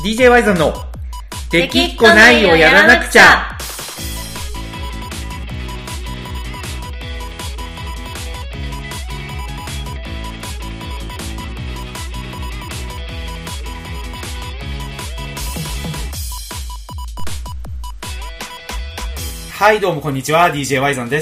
DJ ワイゾンのできっこないをやらなくちゃ。はい、どうもこんにちは。 DJ ワイゾンです。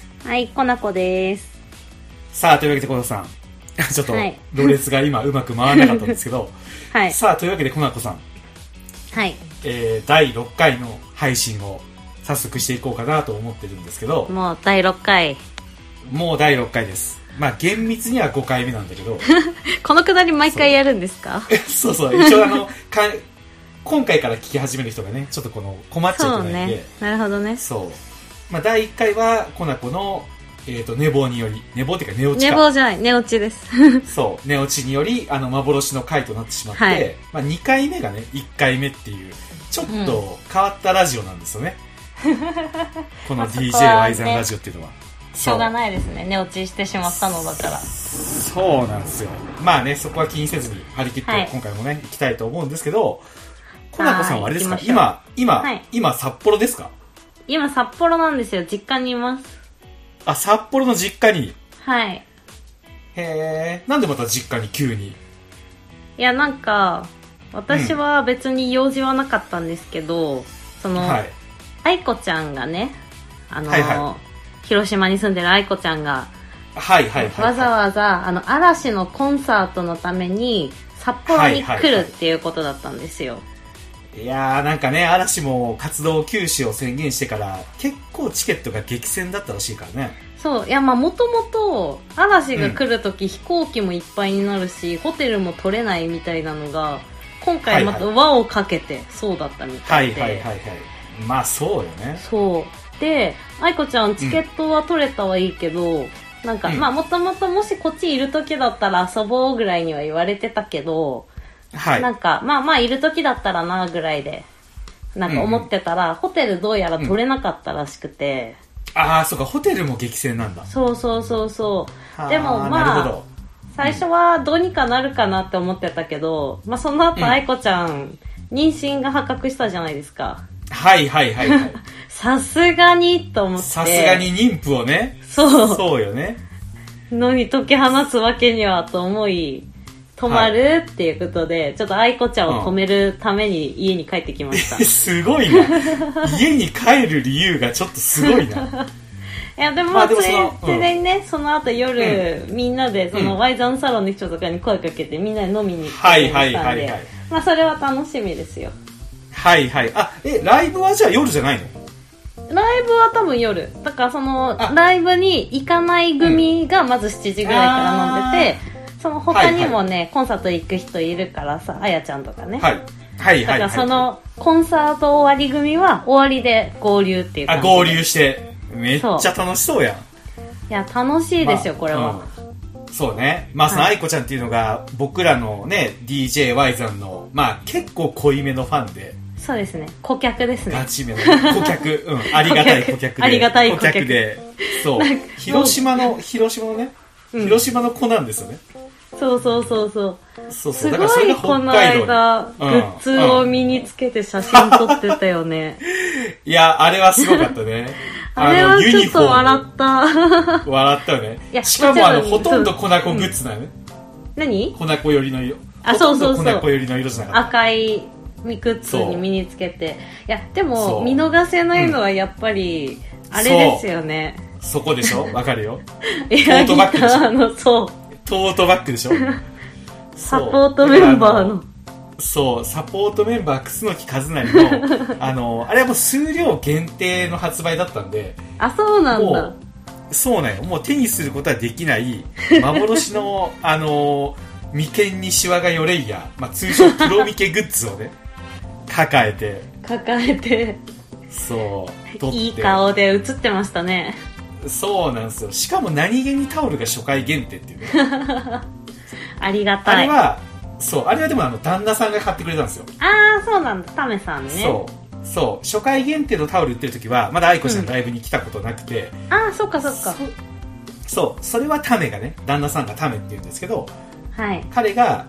はい、コナコです。 さあ、というわけでコナコさんちょっとロレスが今うまく回らなかったんですけどはい、さあというわけでコナコさん、 はい、 第6回の配信を早速していこうかなと思ってるんですけど、 もう第6回です。まあ厳密には5回目なんだけどこのくだり毎回やるんですか？ そう一応今回から聞き始める人がねちょっと困っちゃうとないんで、 なるほどね。 そう、まあ、第1回はコナコの、寝坊により、寝坊っていうか寝落ちか、 寝坊じゃない、寝落ちですそう寝落ちにより幻の回となってしまって、はい、まあ、2回目がね1回目っていうちょっと変わったラジオなんですよね、この DJ ワイザンラジオっていうのは、 しょうがないですね、寝落ちしてしまったのだから。 そうなんですよ。まあね、そこは気にせずに張り切って今回もね、行きたいと思うんですけど、コナコさんはあれですか、今札幌ですか？ 今札幌なんですよ、実家にいます。 あ、札幌の実家に。 はい。 へー、なんでまた実家に急に？ いや、なんか私は別に用事はなかったんですけど、愛子ちゃんがね、広島に住んでる愛子ちゃんが、わざわざ嵐のコンサートのために札幌に来るっていうことだったんですよ。 いやー、なんかね、嵐も活動休止を宣言してから結構チケットが激戦だったらしいからね。 そう、いや、まあもともと嵐が来るとき、飛行機もいっぱいになるし、ホテルも取れないみたいなのが今回また輪をかけてそうだったみたいで、 まあそうよね。 そうで、愛子ちゃんチケットは取れたはいいけど、なんか、まあもともともしこっちいるときだったら遊ぼうぐらいには言われてたけど、なんかまあいる時だったらなぐらいでなんか思ってたら、ホテルどうやら取れなかったらしくて、 ああ、そうか、ホテルも激戦なんだ。 そうでもまあ最初はどうにかなるかなって思ってたけど、まあその後愛子ちゃん、妊娠が破格したじゃないですか。 はいさすがにと思って、 さすがに妊婦をね、そうよねのに解き放つわけにはと思い泊まるっていうことで、ちょっと愛子ちゃんを止めるために家に帰ってきました。 すごいな家に帰る理由がちょっとすごいないやでもついでにね、その後夜、みんなでそのワイザンサロンの人とかに声かけてみんなで飲みに行ってしたんで、まあそれは楽しみですよ。 あ、ライブはじゃあ夜じゃないの？ ライブは多分夜だから、そのライブに行かない組がまず7時ぐらいから飲んでて、その他にもね、コンサート行く人いるからさ、あやちゃんとかね、だからそのコンサート終わり組は終わりで合流っていう感じで、 合流してめっちゃ楽しそうやん。いや楽しいですよ、これは。 そうね、まあその愛子ちゃんっていうのが僕らのね DJ ワイザンのまあ結構濃いめのファンで、 そうですね、顧客ですね。 ガチめの顧客、ありがたい顧客で、 ありがたい顧客で、そう広島のね、広島の子なんですよね。 そう。すごいこの間グッズを身につけて写真撮ってたよね。 いや、あれはすごかったね。 あれはちょっと笑ったよね。しかもほとんどコナコグッズなのね。 何？ コナコ寄りの色。 そうコナコ寄りの色じゃなかった。 赤いグッズに身につけて、いやでも見逃せないのはやっぱりあれですよね。 そこでしょ、わかるよ。 トートバッグでしょ。そう。 トートバッグでしょ。 サポートメンバーの。 そう、サポートメンバー楠木和成のあれはもう数量限定の発売だったんで。 あ、そうなんだ。 そうね、もう手にすることはできない幻の眉間にシワが寄れいや、まあ、通称黒眉毛グッズをね抱えてそう撮って、 いい顔で写ってましたね。 そうなんですよ。しかも何気にタオルが初回限定っていうねありがたい。 あれはでも旦那さんが買ってくれたんですよ。 ああ、そうなんだ、タメさんね。 そう初回限定のタオル売ってる時はまだ愛子ちゃんライブに来たことなくて、 ああ、そっかそれはタメがね、旦那さんがタメって言うんですけど、 はい、 彼が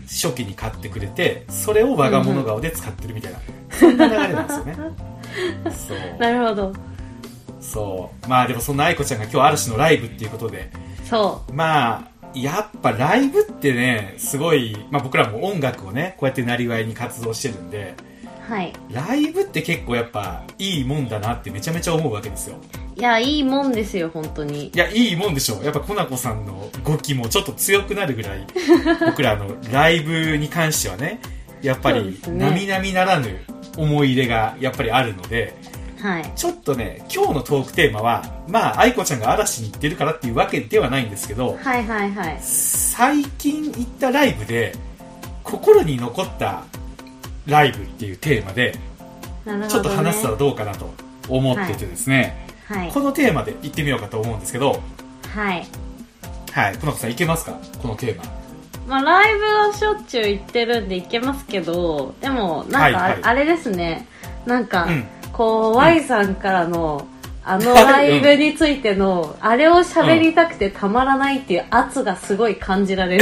初期に買ってくれて、それを我が物顔で使ってるみたいな、そんな流れなんですよね。そうなるほど。 そうまあでもそんな愛子ちゃんが今日嵐のライブっていうことで、 そうまあやっぱライブってねすごい、まあ、僕らも音楽をねこうやってなりわいに活動してるんで、 はい、 ライブって結構やっぱいいもんだなってめちゃめちゃ思うわけですよ。 いやいいもんですよ本当に。 いやいいもんでしょ。やっぱコナコさんの語気もちょっと強くなるぐらい僕らのライブに関してはねやっぱり並々ならぬ思い入れがやっぱりあるので、 はい、 ちょっとね今日のトークテーマはまあ愛子ちゃんが嵐に行ってるからっていうわけではないんですけど、 はいはいはい、 最近行ったライブで心に残ったライブっていうテーマで、ね、ちょっと話したらどうかなと思っててですね、はい、このテーマで行ってみようかと思うんですけど、 はいはい、この子さん行けますかこのテーマ。 まあ、ライブはしょっちゅう行ってるんで行けますけど、でもなんかあれですね、なんかこう Y さんからのあのライブについてのあれを喋りたくてたまらないっていう圧がすごい感じられる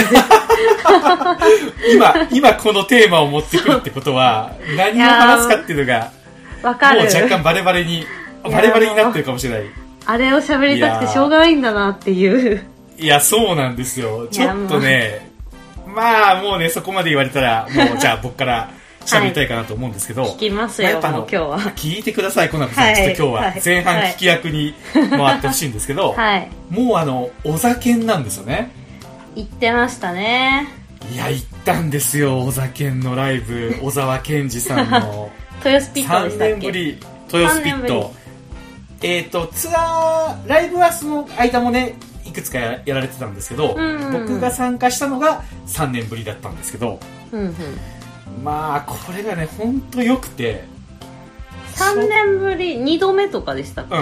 今このテーマを持ってくるってことは何を話すかっていうのがわかる。 もう若干バレバレになってるかもしれない。 あれを喋りたくてしょうがないんだなっていう。 いやそうなんですよ。ちょっとねまあもうねそこまで言われたらもうじゃあ僕から喋りたいかなと思うんですけど、 聞きますよ、もう今日は聞いてください。コナコさん、ちょっと今日は前半聞き役に回ってほしいんですけど、はい、もうお酒なんですよね。 行ってましたね。 いや行ったんですよ小酒のライブ小沢健二さんの豊洲ピットでしたっけ。3年ぶり豊洲ピットツアーライブはその間もねいくつかやられてたんですけど、僕が参加したのが3年ぶりだったんですけど、まあこれがね本当良くて。 3年ぶり2度目とかでしたっけ。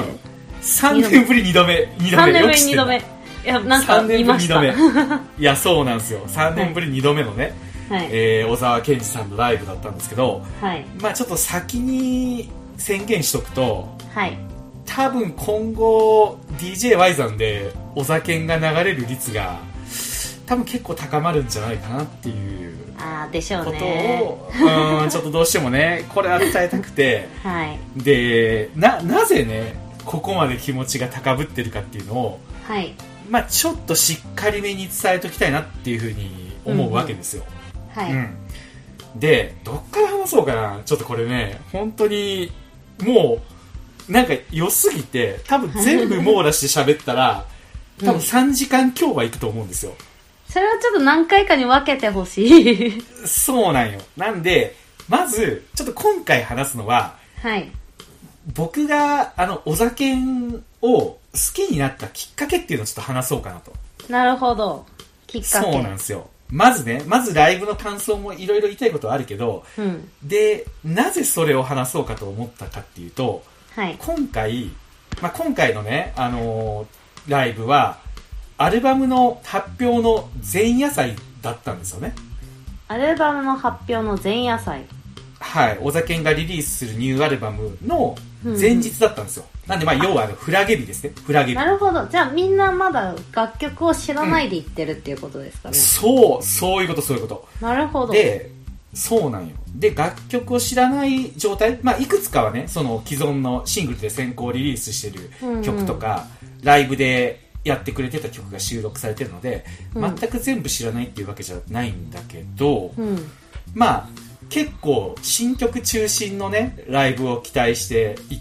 3年ぶり2度目 3年ぶり2度目。いやなんか見ましたいやそうなんですよ。3年ぶり2度目のね、はい小沢健二さんのライブだったんですけど、はい、まあちょっと先に宣言しとくと、はい、多分今後 DJY さんで小沢健が流れる率が多分結構高まるんじゃないかなっていうでしょうことねをちょっとどうしてもねこれは伝えたくて、はい、でなぜねここまで気持ちが高ぶってるかっていうのを、はいまあ、ちょっとしっかりめに伝えときたいなっていうふうに思うわけですよ、はいうん、でどっから話そうかな。ちょっとこれね本当にもうなんか良すぎて多分全部網羅して喋ったら多分3時間今日はいくと思うんですよ。 それはちょっと何回かに分けてほしいそうなんよ。なんでまずちょっと今回話すのは、はい、僕がお酒を好きになったきっかけっていうのをちょっと話そうかなと。 なるほど。きっかけ。 そうなんですよ。まずライブの感想もいろいろ言いたいことはあるけど、うん、でなぜそれを話そうかと思ったかっていうと、はい、今回のね、ライブはアルバムの発表の前夜祭だったんですよね。 アルバムの発表の前夜祭。 はい、小酒がリリースするニューアルバムの前日だったんですよ、なんで要はフラゲ日ですね。フラゲ日。 なるほど。じゃあみんなまだ楽曲を知らないで行ってるっていうことですかね、 そういうことなるほど。 でそうなんよ。で楽曲を知らない状態、いくつかはねその既存のシングルで先行リリースしてる曲とか、ライブでやってくれてた曲が収録されてるので、全く全部知らないっていうわけじゃないんだけど、結構新曲中心のねライブを期待していって、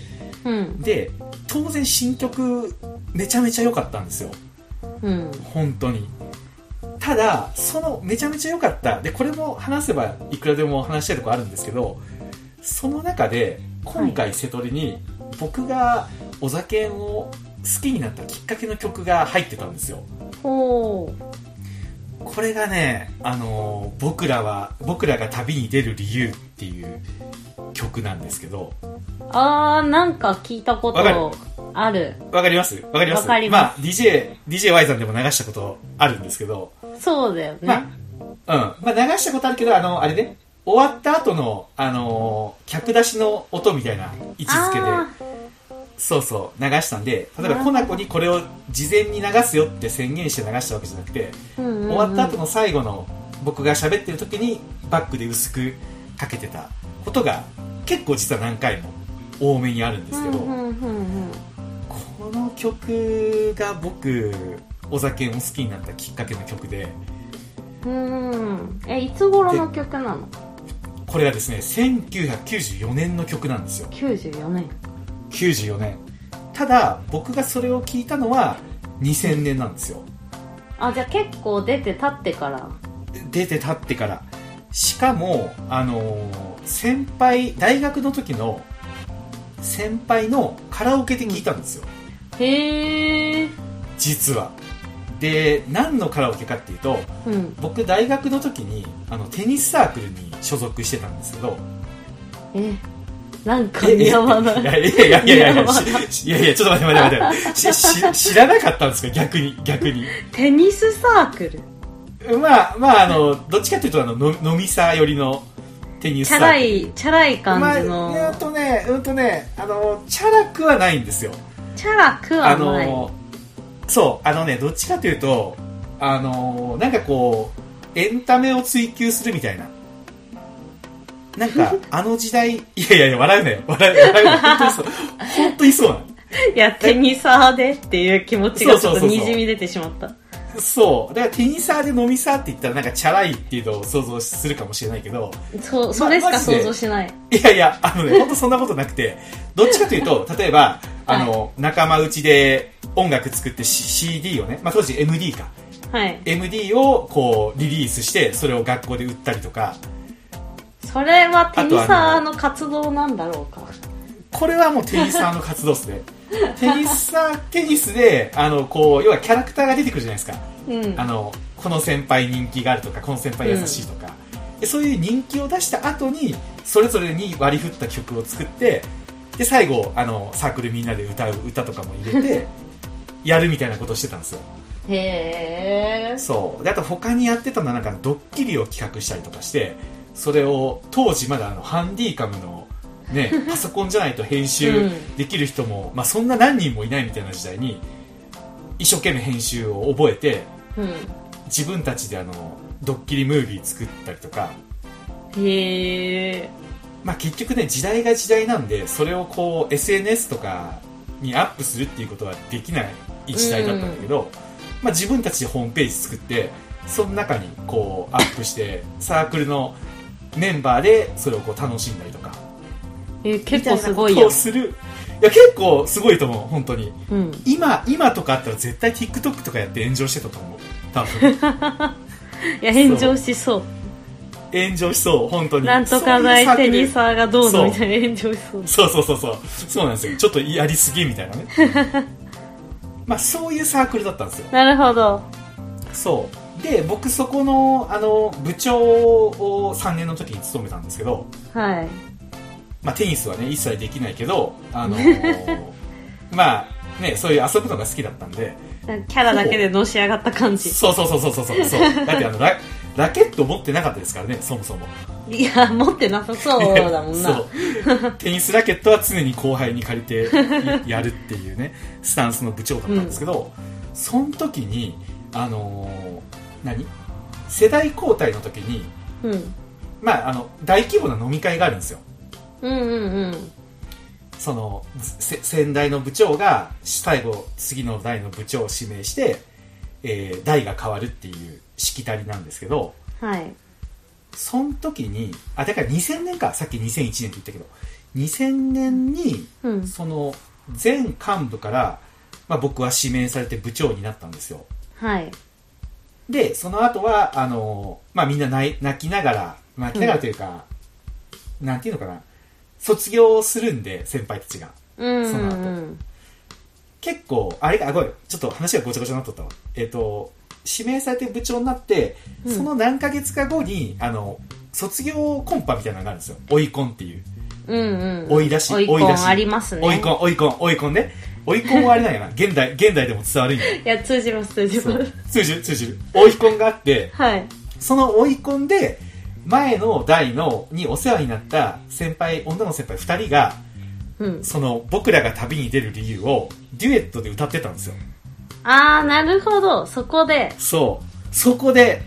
で当然新曲めちゃめちゃ良かったんですよ、本当に。ただそのめちゃめちゃ良かったでこれも話せばいくらでも話したいとこあるんですけど、その中で今回瀬戸りに僕がお酒を好きになったきっかけの曲が入ってたんですよ。これがね、僕らが旅に出る理由っていう曲なんですけど。 なんか聞いたことある。 わかります。DJY さんでも流したことあるんですけど。 そうだよね。 流したことあるけど、あれね、終わった後の、客出しの音みたいな位置づけで、そう流したんで、例えばコナコにこれを事前に流すよって宣言して流したわけじゃなくて、終わった後の最後の僕が喋ってる時にバックで薄くかけてたことが結構実は何回も多めにあるんですけど、この曲が僕お酒を好きになったきっかけの曲で、 いつ頃の曲なの？ これがですね1994年の曲なんですよ。94年。ただ僕がそれを聞いたのは2000年なんですよ。 あ、じゃあ結構出て経ってから。 しかも先輩、大学の時の先輩のカラオケで聞いたんですよ。 へー。 実は。で、何のカラオケかっていうと、僕大学の時にテニスサークルに所属してたんですけど、 なんか似合わない。 いやちょっと待って知らなかったんですか？逆にテニスサークル。 まあどっちかっていうと飲みサー寄りのテニスサークル。 チャラい感じの。 チャラくはないんですよ。 チャラくはない。 そうどっちかというとなんかこうエンタメを追求するみたいな。なんか時代いや笑うなよ本当にそうなの。 いやテニサーでっていう気持ちがちょっとにじみ出てしまった。 そうだからテニサーで飲みサーって言ったらなんかチャラいっていうのを想像するかもしれないけど、 それしか想像しない。 いや本当そんなことなくて、どっちかというと例えば仲間内で音楽作って CD をね、当時 MD か、MD をこうリリースしてそれを学校で売ったりとか。 それはテニサーの活動なんだろうか。 これはもうテニサーの活動ですね。テニスでこう要はキャラクターが出てくるじゃないですか。この先輩人気があるとかこの先輩優しいとか、そういう人気を出した後にそれぞれに割り振った曲を作って、で最後サークルみんなで歌う歌とかも入れてやるみたいなことをしてたんですよ。 へー。 そうで、あと他にやってたのはなんかドッキリを企画したりとかして、それを当時まだハンディカムのねパソコンじゃないと編集できる人も、そんな何人もいないみたいな時代に一生懸命編集を覚えて、自分たちでドッキリムービー作ったりとか。 へー。 結局ね時代が時代なんで、それをこう SNS とかにアップするっていうことはできない時代だったんだけど、自分たちでホームページ作ってその中にこうアップしてサークルのメンバーでそれをこう楽しんだりとか。 結構すごいよ。 する。いや結構すごいと思う本当に。今とかあったら絶対 TikTok とかやって炎上してたと思う多分。 いや炎上しそう。 本当に。 なんとかないテニサーがどうのみたいな炎上しそう。 そうなんですよ。ちょっとやりすぎみたいなね。そういうサークルだったんですよ。 なるほど。 そうで僕そこの部長を3年の時に務めたんですけど、テニスはね一切できないけどそういう遊ぶのが好きだったんで、 キャラだけでのし上がった感じ。 そうだってラケット持ってなかったですからねそもそも。 いや持ってなさそうだもんな。 そうテニスラケットは常に後輩に借りてやるっていうねスタンスの部長だったんですけど、その時に世代交代の時に、大規模な飲み会があるんですよ。その先代の部長が最後次の代の部長を指名して、代が変わるっていうしきたりなんですけど、その時にだから2000年か、さっき2001年って言ったけど2000年に、その全幹部から、僕は指名されて部長になったんですよ。でその後はみんな泣きながらというか、なんていうのかな、卒業するんで先輩たちが、その後結構ごめんちょっと話がごちゃごちゃになっとったわ。指名されて部長になって、その何ヶ月か後に卒業コンパみたいなのがあるんですよ。追いコンっていう、追い出し追いコンありますね。 追いコンね。追いコンはあれなんやな現代でも伝わるんや。 いや通じます。通じる追いコンがあって、 その追いコンで前の代にお世話になった女の先輩2人が、その僕らが旅に出る理由をデュエットで歌ってたんですよ。 なるほど。そこで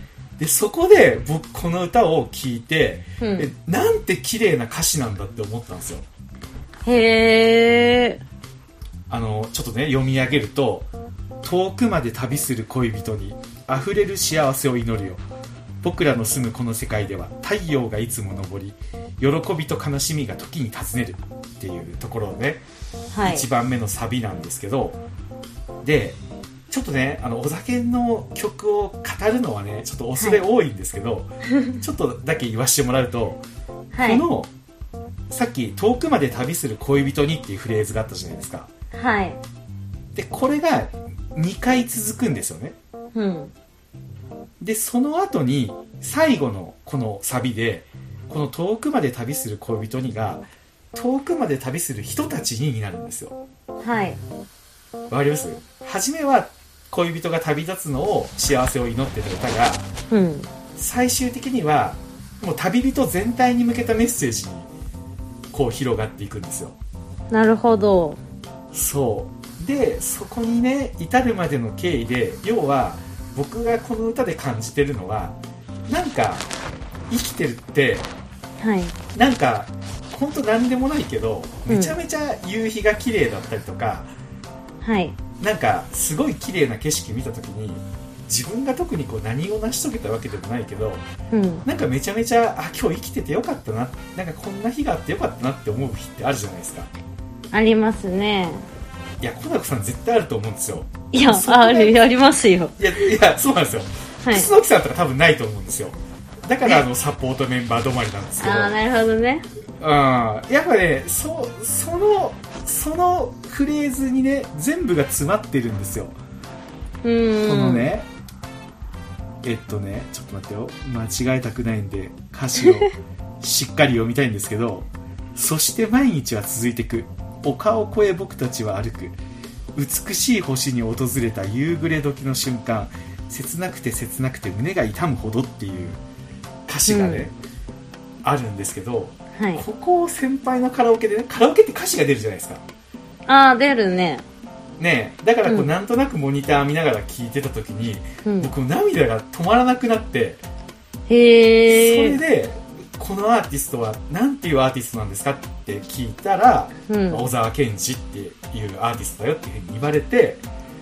でそこで僕この歌を聴いて、なんて綺麗な歌詞なんだって思ったんですよ。 へー。 ちょっとね読み上げると、遠くまで旅する恋人に溢れる幸せを祈るよ。僕らの住むこの世界では太陽がいつも昇り、喜びと悲しみが時に訪ねるっていうところをね、1番目のサビなんですけど、でちょっとねお酒の曲を語るのはねちょっと恐れ多いんですけど、ちょっとだけ言わせてもらうと、このさっき遠くまで旅する恋人にっていうフレーズがあったじゃないですか。でこれが2回続くんですよね。でその後に最後のこのサビで、この遠くまで旅する恋人にが遠くまで旅する人たちになるんですよ。わかります？初めは恋人が旅立つのを幸せを祈ってた歌が、最終的にはもう旅人全体に向けたメッセージにこう広がっていくんですよ。 なるほど。 そうでそこにね至るまでの経緯で、要は僕がこの歌で感じてるのは、なんか生きてるって、なんか本当なんでもないけど、めちゃめちゃ夕日が綺麗だったりとか、なんかすごい綺麗な景色見た時に、自分が特にこう何を成し遂げたわけでもないけど、なんかめちゃめちゃ今日生きててよかったな、なんかこんな日があってよかったなって思う日ってあるじゃないですか。 ありますね。 いや、コナコさん絶対あると思うんですよ。 いや、ありますよ。 いやそうなんですよ。楠木さんとか多分ないと思うんですよ。だからサポートメンバー止まりなんですけど。 なるほどね。 やっぱね、そのフレーズにね全部が詰まってるんですよ。このね、ちょっと待ってよ、間違えたくないんで歌詞をしっかり読みたいんですけどそして毎日は続いてく、丘を越え僕たちは歩く、美しい星に訪れた夕暮れ時の瞬間、切なくて切なくて胸が痛むほどっていう歌詞がね、あるんですけど、ここを先輩のカラオケでね、カラオケって歌詞が出るじゃないですか。 出るね。 だからこう、なんとなくモニター見ながら聴いてた時に、僕涙が止まらなくなって、それでこのアーティストはなんていうアーティストなんですかって聞いたら、小沢健二っていうアーティストだよっていうふうに言われて、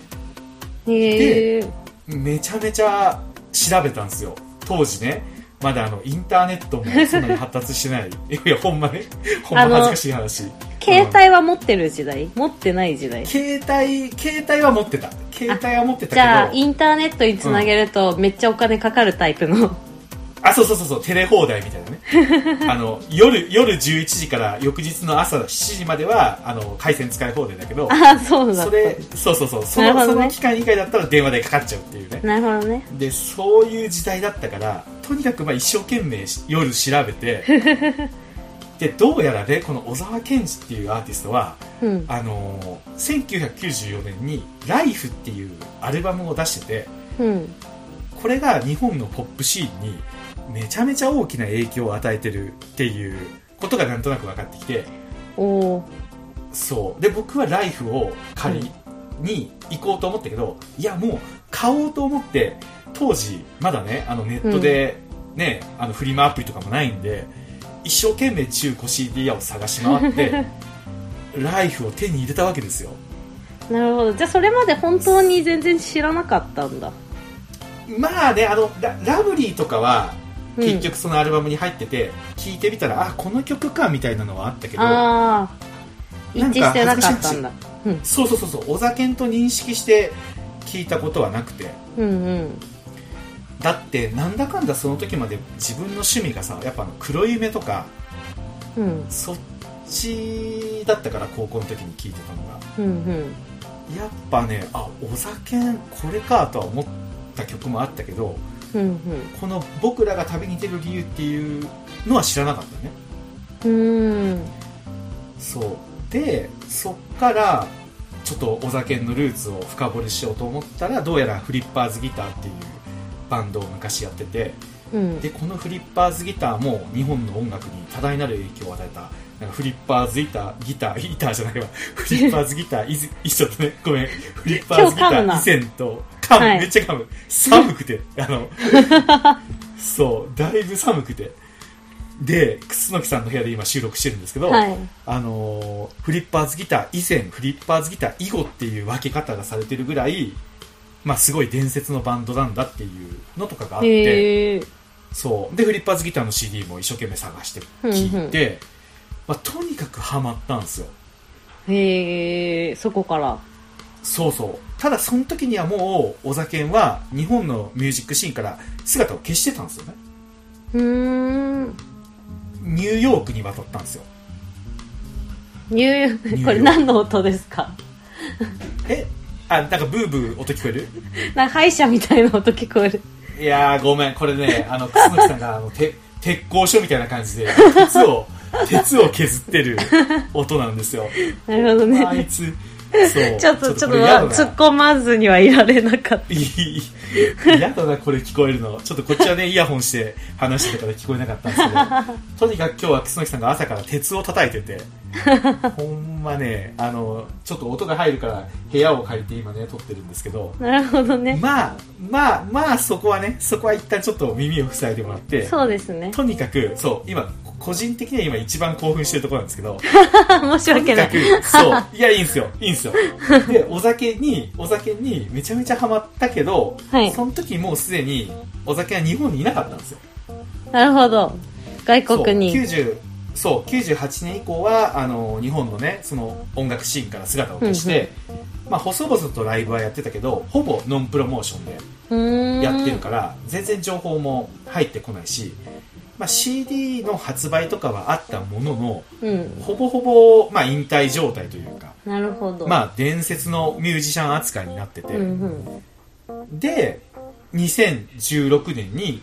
でめちゃめちゃ調べたんですよ。当時ねまだインターネットもそんなに発達してないいやほんま恥ずかしい話。 携帯は持ってる時代、持ってない時代。 携帯は持ってた。携帯は持ってたけど、 じゃあインターネットにつなげるとめっちゃお金かかるタイプの、 そうテレ放題みたいなね夜11時から翌日の朝7時までは回線使い放題だけど、 そうだった。 その期間以外だったら電話でかかっちゃうっていうね。 なるほどね。 でそういう時代だったから、とにかく一生懸命夜調べてでどうやらねこの小沢健二っていうアーティストは、1994年に「LIFE」っていうアルバムを出してて、これが日本のポップシーンにめちゃめちゃ大きな影響を与えてるっていうことがなんとなく分かってきて、そうで僕は「LIFE」を借りに行こうと思ったけど、いやもう買おうと思って、当時まだねネットで、フリマアプリとかもないんで、一生懸命中古 CD 屋を探し回ってライフを手に入れたわけですよ。 なるほど。じゃあそれまで本当に全然知らなかったんだ。 まあね、ラブリーとかは結局そのアルバムに入ってて、聴いてみたらこの曲かみたいなのはあったけど、 一致してなかったんだ。 そう小沢健と認識して聴いたことはなくて、だってなんだかんだその時まで自分の趣味がさ、やっぱ黒夢とか、そっちだったから、高校の時に聴いてたのが、やっぱね小沢健これかとは思った曲もあったけど、この僕らが旅に出る理由っていうのは知らなかったね。そうでそっからちょっと小沢健のルーツを深掘りしようと思ったら、どうやらフリッパーズギターっていうバンドを昔やってて、でこのフリッパーズギターも日本の音楽に多大なる影響を与えた、なんかフリッパーズギターじゃないわフリッパーズギター以前とね、ごめん、フリッパーズギター以前とめっちゃ噛む。寒くて。そう、だいぶ寒くて。で、楠木さんの部屋で今収録してるんですけど、はい、フリッパーズギター、以前フリッパーズギター以後っていう分け方がされてるぐらい、まあすごい伝説のバンドなんだっていうのとかがあって、そう。で、フリッパーズギターの CD も一生懸命探して聴いて、まあ、とにかくハマったんですよ。 へー、そこから。 そうそう。ただその時にはもう、おざけんは日本のミュージックシーンから姿を消してたんですよね。ニューヨークに渡ったんですよ。 ニューヨーク、これ何の音ですか？ なんかブーブー音聞こえる？ なんか歯医者みたいな音聞こえる。 いやーごめん、これね、楠木さんが鉄工所みたいな感じで鉄を削ってる音なんですよ。 なるほどね。 あいつちょっと突っ込まずにはいられなかった。 嫌だなこれ聞こえるの。ちょっとこっちはねイヤホンして話してたから聞こえなかったんですけど、とにかく今日は楠木さんが朝から鉄を叩いててほんまね、ちょっと音が入るから部屋を借りて今ね撮ってるんですけど、 なるほどね。 まあそこは一旦ちょっと耳を塞いでもらって、 そうですね。 とにかくそう今個人的には今一番興奮してるところなんですけど申し訳ない。 とにかくそういやいいんすよでお酒にめちゃめちゃハマったけど、はい、その時もうすでにお酒は日本にいなかったんですよ。 なるほど。外国に 98年以降は日本のねその音楽シーンから姿を消して、まあ、細々とライブはやってたけどほぼノンプロモーションでやってるから全然情報も入ってこないし、まあ、CD の発売とかはあったものの、ほぼほぼ、まあ、引退状態というか、 なるほど、 まあ、伝説のミュージシャン扱いになってて、で2016年に、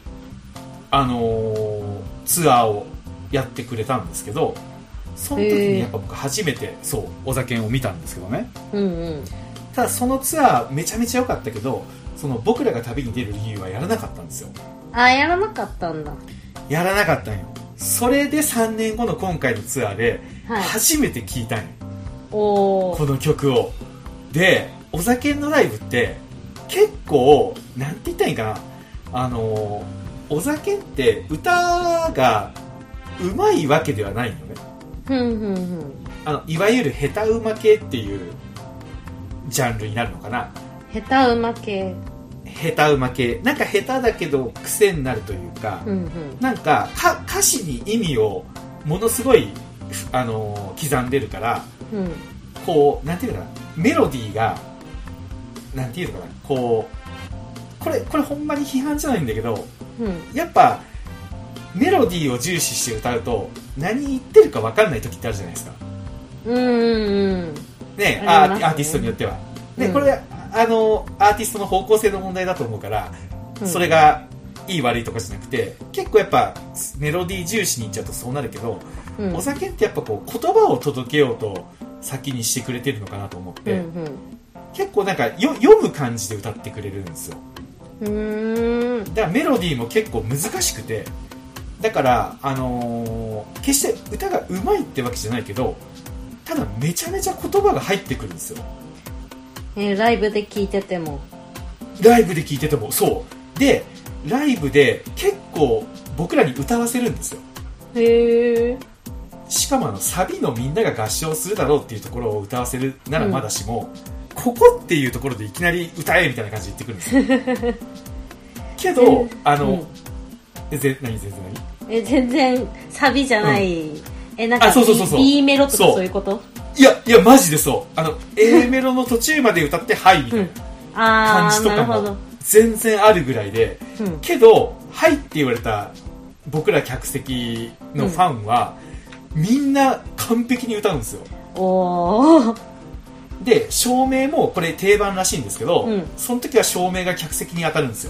ツアーをやってくれたんですけど、その時にやっぱ僕初めてお酒を見たんですけどね、ただそのツアーめちゃめちゃ良かったけど、その僕らが旅に出る理由はやらなかったんですよ。 やらなかったんだ。 やらなかったんよ。それで3年後の今回のツアーで初めて聴いたんよ、この曲を。でお酒のライブって結構なんて言ったらいいかな、お酒って歌がうまいわけではないのね。いわゆる下手馬系っていうジャンルになるのかな。 下手馬系なんか下手だけど癖になるというか、なんか歌詞に意味をものすごい刻んでるから、こうなんていうのかな、メロディーがなんていうのかな、これほんまに批判じゃないんだけど、やっぱメロディーを重視して歌うと何言ってるか分かんない時ってあるじゃないですか。ね、アーティストによっては、ね、これアーティストの方向性の問題だと思うから、それがいい悪いとかじゃなくて、結構やっぱメロディー重視にいっちゃうとそうなるけど、お酒ってやっぱこう言葉を届けようと先にしてくれてるのかなと思って、結構なんか読む感じで歌ってくれるんですよ。だからメロディーも結構難しくて、だから決して歌が上手いってわけじゃないけど、ただめちゃめちゃ言葉が入ってくるんですよ。 ライブで聴いててもそうで、ライブで結構僕らに歌わせるんですよ。しかもサビのみんなが合唱するだろうっていうところを歌わせるならまだしも、ここっていうところでいきなり歌えみたいな感じで言ってくるんですよけど全然サビじゃない、なんか B メロとかそういうこと？ いやマジでそう、A メロの途中まで歌ってはいみたいな感じとかも全然あるぐらいで、けどはいって言われた僕ら客席のファンは、みんな完璧に歌うんですよ。で照明もこれ定番らしいんですけど、その時は照明が客席に当たるんですよ。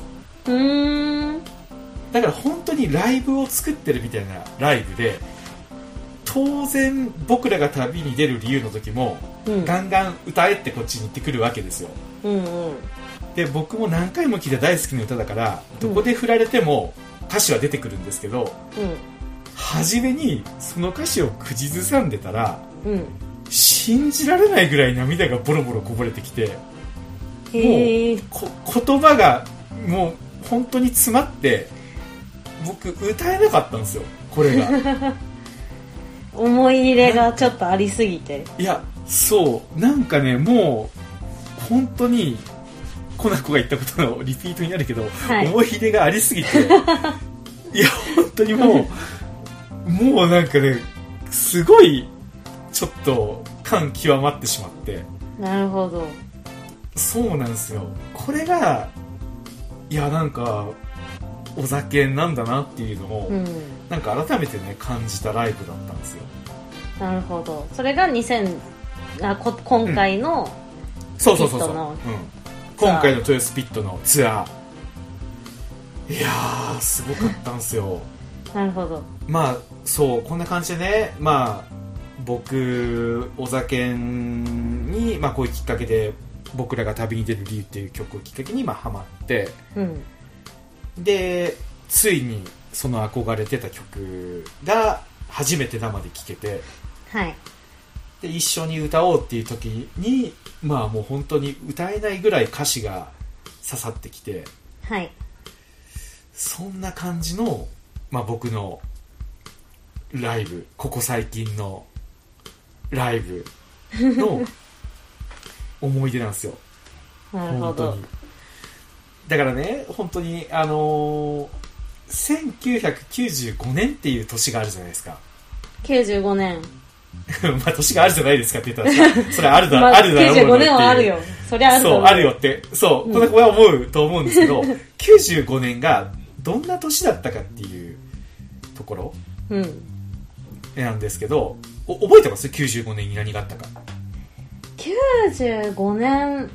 だから本当にライブを作ってるみたいなライブで、当然僕らが旅に出る理由の時も、ガンガン歌えってこっちに言ってくるわけですよ。で僕も何回も聴いた大好きな歌だから、どこで振られても歌詞は出てくるんですけど、初めにその歌詞を口ずさんでたら、信じられないぐらい涙がボロボロこぼれてきて、 言葉がもう本当に詰まって僕歌えなかったんですよこれが思い入れがちょっとありすぎて。 いやそうなんかねもう本当にコナコが言ったことのリピートになるけど、はい、思い入れがありすぎていや本当にもうなんかねすごいちょっと感極まってしまって。 なるほど。 そうなんですよ。これがいやなんかお酒なんだなっていうのを、なんか改めてね感じたライブだったんですよ。 なるほど。それが今回のそう、今回の豊洲ピットのツアー、いやーすごかったんですよなるほど。 まあそうこんな感じでね、まあ僕お酒に、まあ、こういうきっかけで僕らが旅に出る理由っていう曲をきっかけにまあハマって、でついにその憧れてた曲が初めて生で聴けて、 はい、 で一緒に歌おうっていう時にまあもう本当に歌えないぐらい歌詞が刺さってきて、 はい、 そんな感じの、まあ、僕のライブ、ここ最近のライブの思い出なんですよなるほど。 本当にだからね本当に1995年っていう年があるじゃないですか。 95年まあ年があるじゃないですかって言ったらさそれあるだ、 まあ、 あるだろうっていう 95年はあるよ。そりゃあるだろう。 そうあるよってそうこの子は思うと思うんですけど95年がどんな年だったかっていうところ、なんですけど覚えてます ?95 年に何があったか。 95年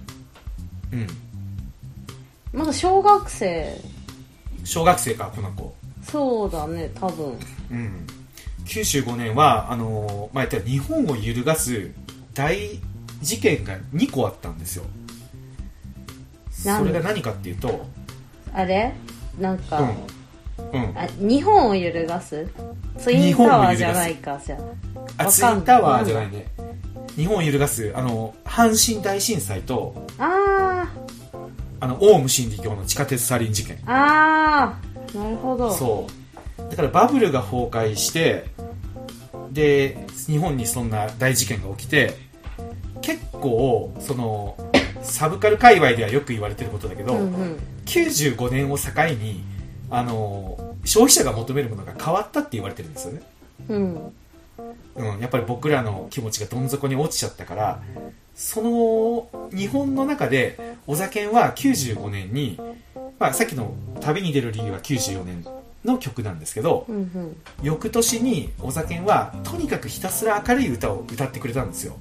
まだ小学生かこの子。 そうだね多分。 95年はまあ、言ったら日本を揺るがす大事件が2個あったんですよ。それが何かっていうとあれなんか、日本を揺るがすツインタワーじゃないか。じゃあツインタワーじゃないね。日本を揺るがす阪神大震災とオウム真理教の地下鉄サリン事件。 なるほど。 そうだからバブルが崩壊してで日本にそんな大事件が起きて結構そのサブカル界隈ではよく言われてることだけど、95年を境に消費者が求めるものが変わったって言われてるんですよね。やっぱり僕らの気持ちがどん底に落ちちゃったからその日本の中でお酒は95年に、まあ、さっきの旅に出る理由は94年の曲なんですけど、翌年にお酒はとにかくひたすら明るい歌を歌ってくれたんですよ。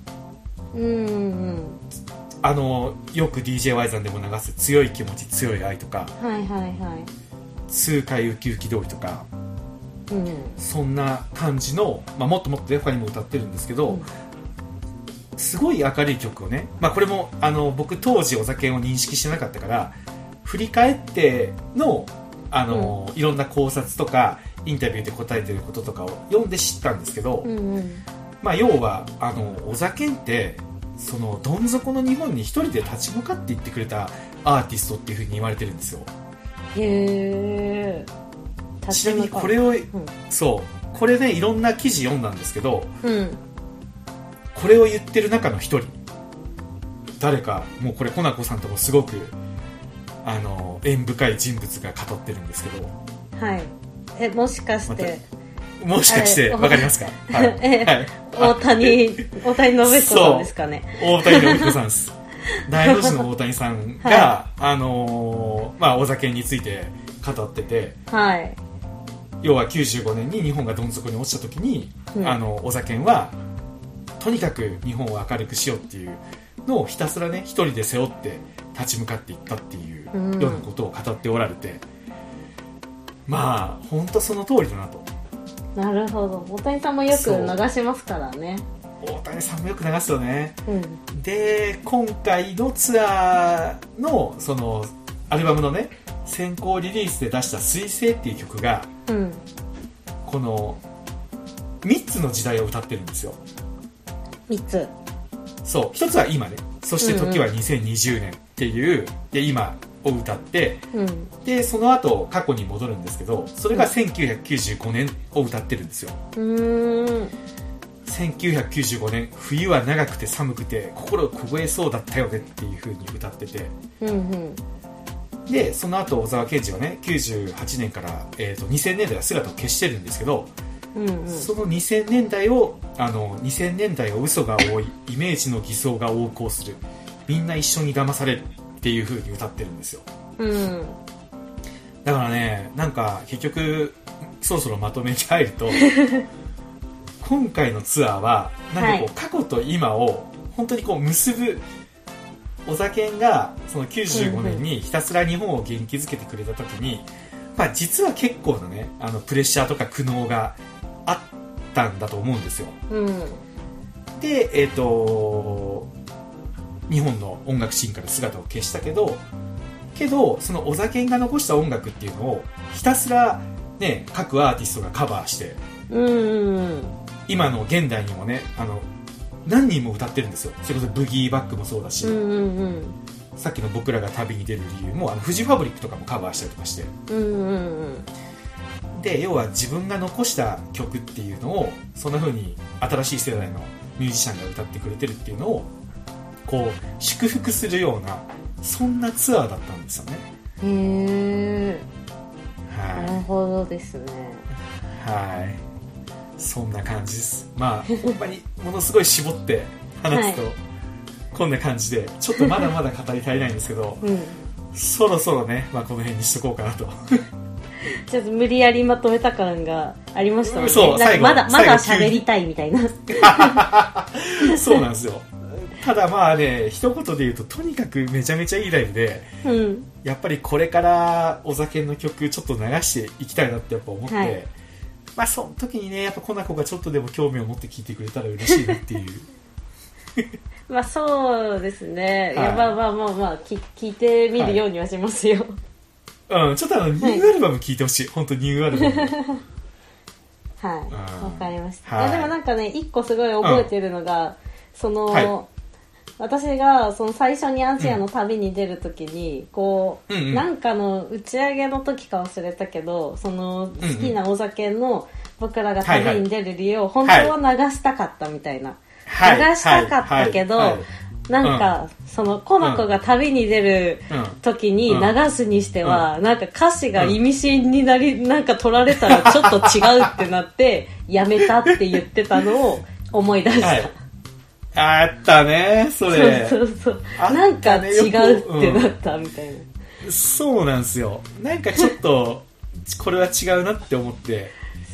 よく DJY さんでも流す強い気持ち強い愛とか、痛快ウキウキ通りとか、そんな感じの、まあ、もっともっと他にも歌ってるんですけど、すごい明るい曲をね、まあ、これも僕当時お酒を認識してなかったから振り返っての、いろんな考察とかインタビューで答えてることとかを読んで知ったんですけど、まあ、要はお酒ってそのどん底の日本に一人で立ち向かっていってくれたアーティストっていう風に言われてるんですよ。 へー。 ちなみにこれを、そうこれねいろんな記事読んだんですけど、これを言ってる中の一人誰かもうこれコナコさんともすごく縁深い人物が語ってるんですけど、 もしかしてわかりますか？ 大谷信彦さんですかね。 大谷信彦さんです大の字の大谷さんが、まあ、お酒について語ってて、要は95年に日本がどん底に落ちた時に、お酒はとにかく日本を明るくしようっていうのをひたすらね一人で背負って立ち向かっていったっていうようなことを語っておられて、まあ本当その通りだなと。 なるほど。大谷さんもよく流しますからね。 大谷さんもよく流すよね、で今回のツアーのそのアルバムのね先行リリースで出した水星っていう曲が、この3つの時代を歌ってるんですよ。 3つ。 そう、1つは今ね、そして時は2020年、 っていうで今を歌って、でその後過去に戻るんですけど、それが1995年を歌ってるんですよ。1995年冬は長くて寒くて心凍えそうだったよねっていう風に歌ってて、でその後小沢健二はね98年から、2000年代は姿を消してるんですけど、その2000年代を2000年代は嘘が多い、イメージの偽装が横行する、みんな一緒に騙されるっていう風に歌ってるんですよ。だからね、なんか結局そろそろまとめに入ると今回のツアーはなんかこう、過去と今を本当にこう結ぶ、小沢健がその95年にひたすら日本を元気づけてくれた時に、実は結構なねプレッシャーとか苦悩があったんだと思うんですよ。で日本の音楽シーンから姿を消したけどその小沢健が残した音楽っていうのをひたすらね各アーティストがカバーして、今の現代にもね何人も歌ってるんですよ。それこそブギーバックもそうだし、さっきの僕らが旅に出る理由もフジファブリックとかもカバーしたりとかして、で要は自分が残した曲っていうのをそんな風に新しい世代のミュージシャンが歌ってくれてるっていうのをこう祝福するようなそんなツアーだったんですよね。 なるほどですね。 そんな感じです。ほんまにものすごい絞って話すと、こんな感じでちょっとまだまだ語り足りないんですけど、そろそろね、この辺にしとこうかなとちょっと無理やりまとめた感がありましたもんね。 そう、最後まだ喋りたいみたいなそうなんですよ。ただ一言で言うととにかくめちゃめちゃいいライブで、やっぱりこれから小沢健の曲ちょっと流していきたいなってやっぱ思って、その時にねやっぱこんな子がちょっとでも興味を持って聞いてくれたら嬉しいなっていうそうですね。聞いてみるようにはしますよ。 ちょっとニューアルバム聞いてほしい。本当ニューアルバムわかりました。でもなんかね一個すごい覚えてるのが、私がその最初にアジアの旅に出るときに、なんかの打ち上げの時か忘れたけど、その好きな小沢健の僕らが旅に出る理由を本当は流したかったみたいな、流したかったけど、なんかそのコナコが旅に出る時に流すにしては、なんか歌詞が意味深になりなんか取られたらちょっと違うってなってやめたって言ってたのを思い出した。 あったねそれ。 そうなんか違うってなったみたいな。 そうなんですよ。なんかちょっとこれは違うなって思って。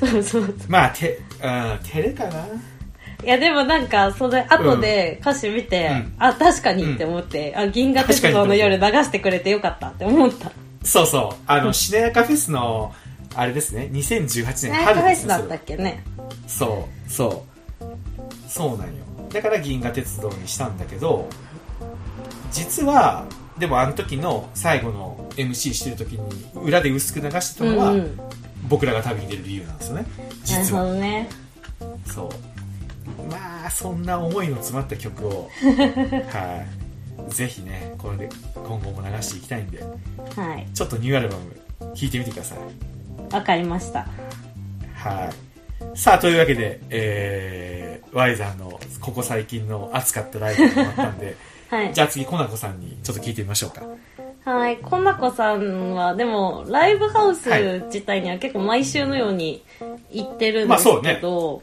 照れかな。 いやでもなんかそれ後で歌詞見て、確かにって思って、銀河鉄道の夜流してくれてよかったって思った。 そうしなやかフェスのあれですね、2018年春ですね。 しなやかフェスだったっけね。 そうなんよ。だから銀河鉄道にしたんだけど、実はでもあの時の最後の MC してる時に裏で薄く流してたのは、僕らが旅に出る理由なんですよね、実は。 なるほどね。 そんな思いの詰まった曲をぜひねこれで今後も流していきたいんで、ちょっとニューアルバム聴いてみてください。 わかりました。 さあというわけで、Y さんのここ最近の熱かったライブが終わったんで、じゃあ次コナコさんにちょっと聞いてみましょうか。 コナコさんはでもライブハウス自体には結構毎週のように行ってるんですけど、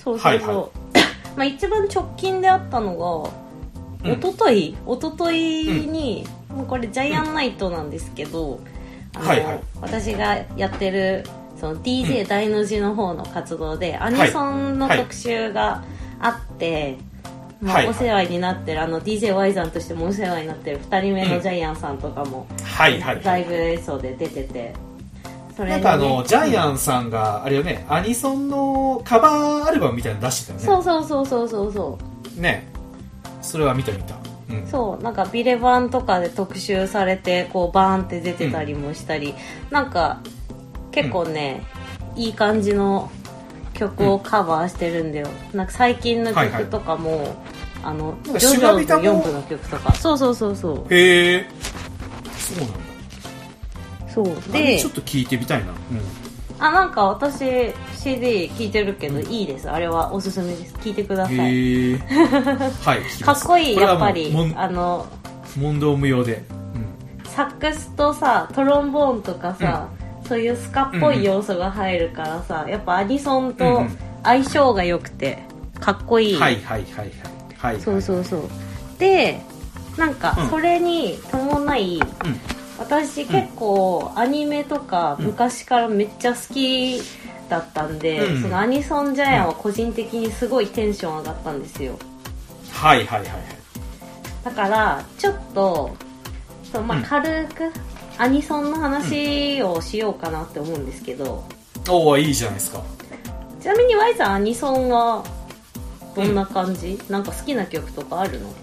一番直近であったのが、一昨日に、これジャイアンナイトなんですけど、私がやってるその DJ 大の字の方の活動で、アニソンの特集があって、お世話になってるDJY さんとしてもお世話になってる2人目のジャイアンさんとかも、ライブ映像で出てて、それ、ね、 なんかジャイアンさんがあれよね、アニソンのカバーアルバムみたいなの出してたよね。そうね、それは見た、 そうなんかビレバンとかで特集されてバーンって出てたりもしたり、なんか結構ね、いい感じの曲をカバーしてるんだよ。なんか最近の曲とかも、 ジョジョの4部の曲とか。そうそうそうそう。 へえ、そうなんだ。 そうでちょっと聞いてみたいな。 なんか私 CD 聞いてるけど、いいです。あれはおすすめです。聞いてください。 へえはい、 かっこいい。やっぱり問答無用で、 サックスとさ、トロンボーンとかさ、そういうスカっぽい要素が入るからさ、やっぱアニソンと相性が良くてかっこいい。 はいはいはいはい。 そうそうそう。でなんかそれに伴い、私結構アニメとか昔からめっちゃ好きだったんで、そのアニソンジャイアンは個人的にすごいテンション上がったんですよ。 はいはいはい。 だからちょっと軽くアニソンの話をしようかなって思うんですけど。 おー、いいじゃないですか。 ちなみに Y さんアニソンはどんな感じ？なんか好きな曲とかあるの？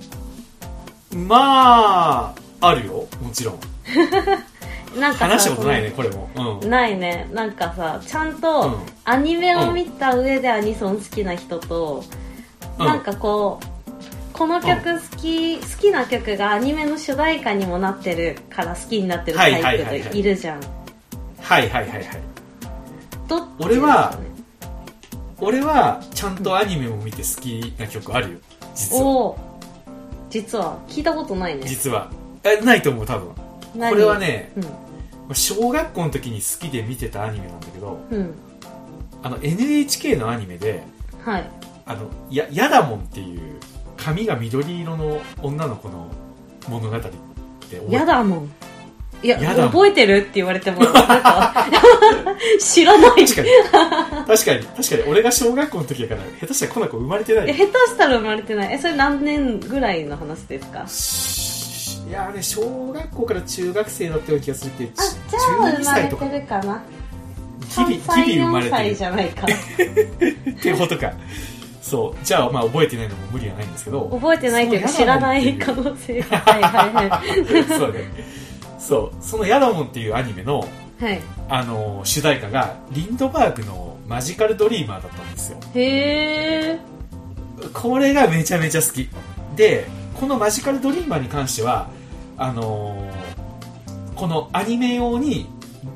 まああるよ、もちろん。 なんか話したことないね、これも。 ないね。なんかさ、ちゃんとアニメを見た上でアニソン好きな人と、なんかこの曲好きな曲がアニメの主題歌にもなってるから好きになってるタイプでいるじゃん。 はいはいはいはい。 どっちですかね。 俺はちゃんとアニメも見て好きな曲あるよ、実は。 実は聞いたことないね。 実はないと思う、多分。これはね、小学校の時に好きで見てたアニメなんだけど、NHK のアニメで、ヤダモンっていう髪が緑色の女の子の物語ってヤダモン。いや、覚えてるって言われてもなんか知らない。 確かに俺が小学校の時だから下手したらこの子生まれてない。 下手したら生まれてない。それ何年ぐらいの話ですか？ いやね、小学校から中学生だったような気がするって。 じゃあ生まれてるかな。3歳4歳じゃないかってことか。そう、じゃあ覚えてないのも無理はないんですけど、 覚えてないというか知らない可能性がはいはいはいそうね。そう、そのヤダモンっていうアニメの、主題歌がリンドバーグのマジカルドリーマーだったんですよ。 へー。 これがめちゃめちゃ好きで、このマジカルドリーマーに関してはこのアニメ用に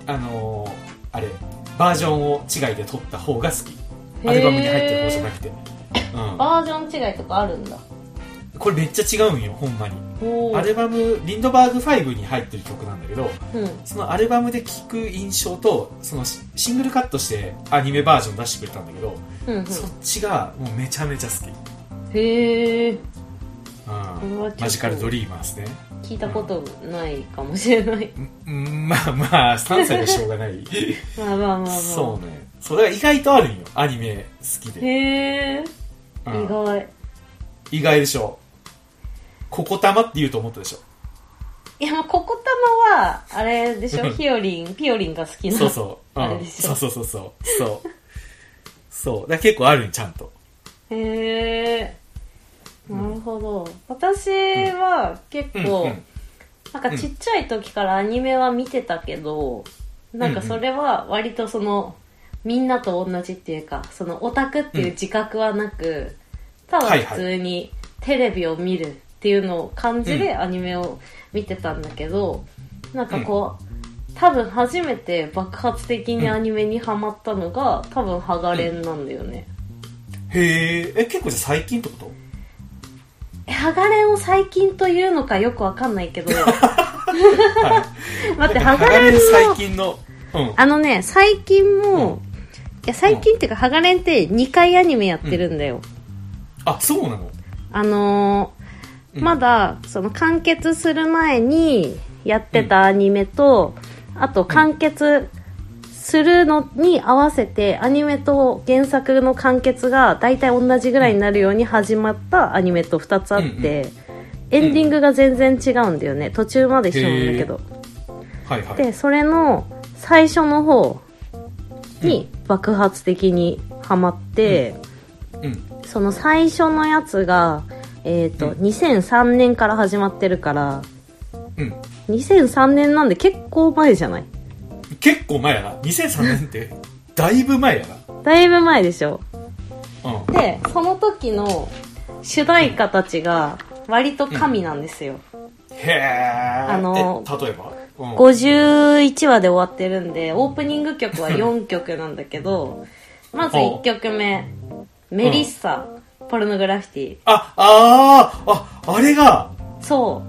バージョンを違いで撮った方が好き。アルバムに入ってる方じゃなくて、 バージョン違いとかあるんだ。 これめっちゃ違うんよ、ほんまに。アルバムリンドバーグ5に入ってる曲なんだけど、そのアルバムで聴く印象とそのシングルカットしてアニメバージョン出してくれたんだけど、そっちがもうめちゃめちゃ好き。 へー。 マジカルドリーマーですね。 聞いたことないかもしれない。 まあ3歳でしょうがないまあそうね。それが意外とあるんよ、アニメ好きで。 へー。 意外でしょ。ココタマって言うと思ったでしょ。 いや、ココタマはあれでしょ。ピオリンが好きな。あれでしょ。 そうだから結構あるん、ちゃんと。 へー。なるほど。私は結構なんかちっちゃい時からアニメは見てたけど、なんかそれは割とそのみんなと同じっていうか、そのオタクっていう自覚はなく、ただ普通にテレビを見るっていうのを感じでアニメを見てたんだけど、なんか多分初めて爆発的にアニメにハマったのが多分ハガレンなんだよね。 へー。結構じゃあ最近ってこと？ ハガレンを最近というのかよくわかんないけど待って、ハガレンの最近の、 最近も、いや最近っていうか、ハガレンって2回アニメやってるんだよ。 あ、そうなの？ まだその完結する前にやってたアニメと、あと完結するのに合わせてアニメと原作の完結が大体同じぐらいになるように始まったアニメと2つあって、エンディングが全然違うんだよね。途中まで一緒なんだけど、でそれの最初の方に爆発的にハマって、その最初のやつが2003年から始まってるから、2003年なんで結構前じゃない？ 結構前やな。2003年ってだいぶ前やな。 だいぶ前でしょ。でその時の主題歌たちが割と神なんですよ。 へえ。例えば、 51話で終わってるんで、オープニング曲は4曲なんだけど、まず1曲目、メリッサ、ポルノグラフィティ。 あれが。 そう。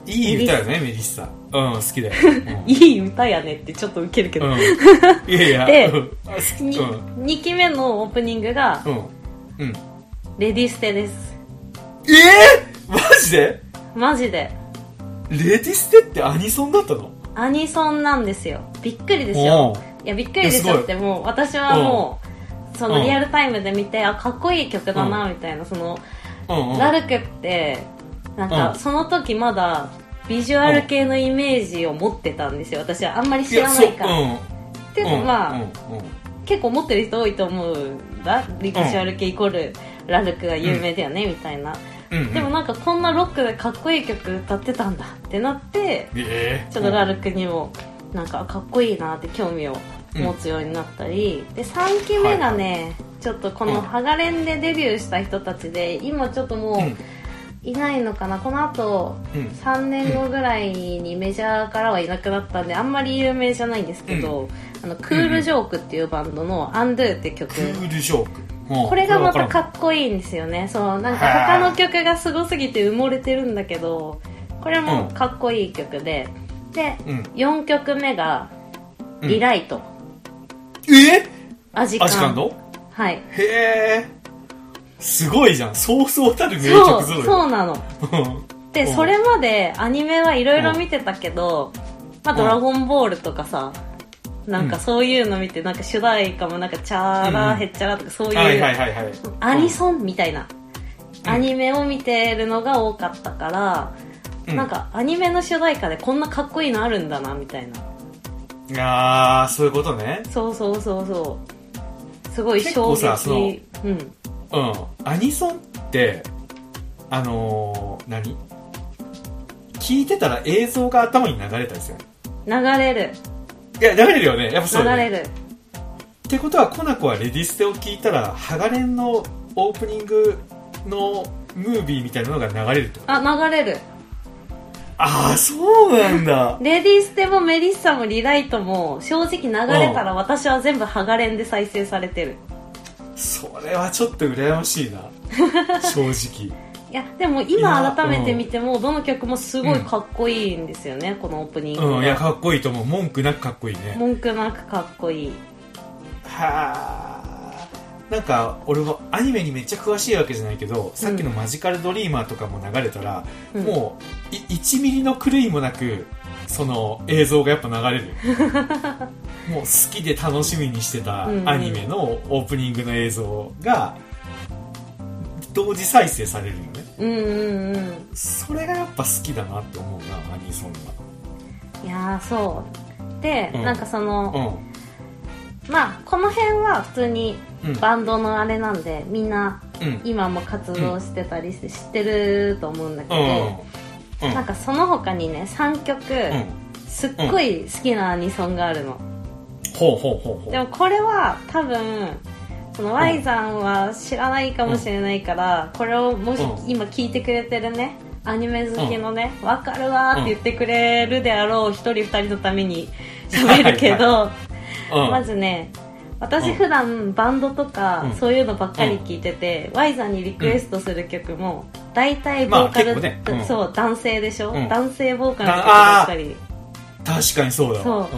いい歌よね、メリッサ。好きだよ。 いい歌やねってちょっとウケるけど。 いやいや。 で、2期目のオープニングが、レディステです。 マジで？ マジで。 レディステってアニソンだったの？ アニソンなんですよ。びっくりですよ。いや、びっくりですよってもう、私はもう、そのリアルタイムで見て、かっこいい曲だな、みたいな、ラルクって、なんか、その時まだ、ビジュアル系のイメージを持ってたんですよ。私はあんまり知らないから。でもまあ、結構持ってる人多いと思うんだ。ビジュアル系イコールラルクが有名だよね、みたいな。でもなんかこんなロックでかっこいい曲歌ってたんだってなって、ちょっとラルクにもなんかかっこいいなって興味を持つようになったり、で3期目がね、ちょっとこのハガレンでデビューした人たちで、今ちょっともういないのかな、この後3年後ぐらいにメジャーからはいなくなったんであんまり有名じゃないんですけど、クールジョークっていうバンドのアンドゥって曲、 クールジョーク、 これがまたかっこいいんですよね。そう、なんか他の曲がすごすぎて埋もれてるんだけど、これもかっこいい曲で、で、4曲目がリライト、アジカンの、はい、 へえ、すごいじゃん、そうそうたる名曲ぞろい。 そうなので、それまでアニメはいろいろ見てたけど、ドラゴンボールとかさ、なんかそういうの見て、なんか主題歌もなんかチャーラーヘッチャラとかそういうアニソンみたいなアニメを見てるのが多かったから、なんかアニメの主題歌でこんなかっこいいのあるんだなみたいな。そういうことね。 そうそうそうそう、すごい衝撃。 アニソンって何聞いてたら映像が頭に流れたりする。 流れる。 いや、流れるよね。やっぱそうだね。 流れる。 ってことは、コナコはレディステを聞いたら、ハガレンのオープニングのムービーみたいなのが流れると。 流れる。 そうなんだ。 レディステもメリッサもリライトも、正直流れたら私は全部ハガレンで再生されてる。 それはちょっと羨ましいな。正直。 いや、でも今改めて見ても、どの曲もすごいかっこいいんですよね、このオープニングが。 いや、かっこいいと思う。文句なくかっこいいね。 文句なくかっこいい。 なんか、俺はアニメにめっちゃ詳しいわけじゃないけど、さっきのマジカルドリーマーとかも流れたら、もう、1ミリの狂いもなく、その映像がやっぱ流れる。もう好きで楽しみにしてたアニメのオープニングの映像が、同時再生されるよね。それがやっぱ好きだなって思うな、アニソンは。 いやー、そうで、なんかその、まあこの辺は普通にバンドのあれなんで、みんな今も活動してたりして知ってると思うんだけど、なんかその他にね3曲すっごい好きなアニソンがあるの。でもこれは多分その Y さんは知らないかもしれないから、これをもし今聞いてくれてるねアニメ好きのね、わかるわーって言ってくれるであろう1人2人のために喋るけど、まずね、私普段バンドとかそういうのばっかり聞いてて、Y さんにリクエストする曲も大体ボーカル、そう男性でしょ、男性ボーカルの曲ばっかり。 確かにそうだわ。 そう、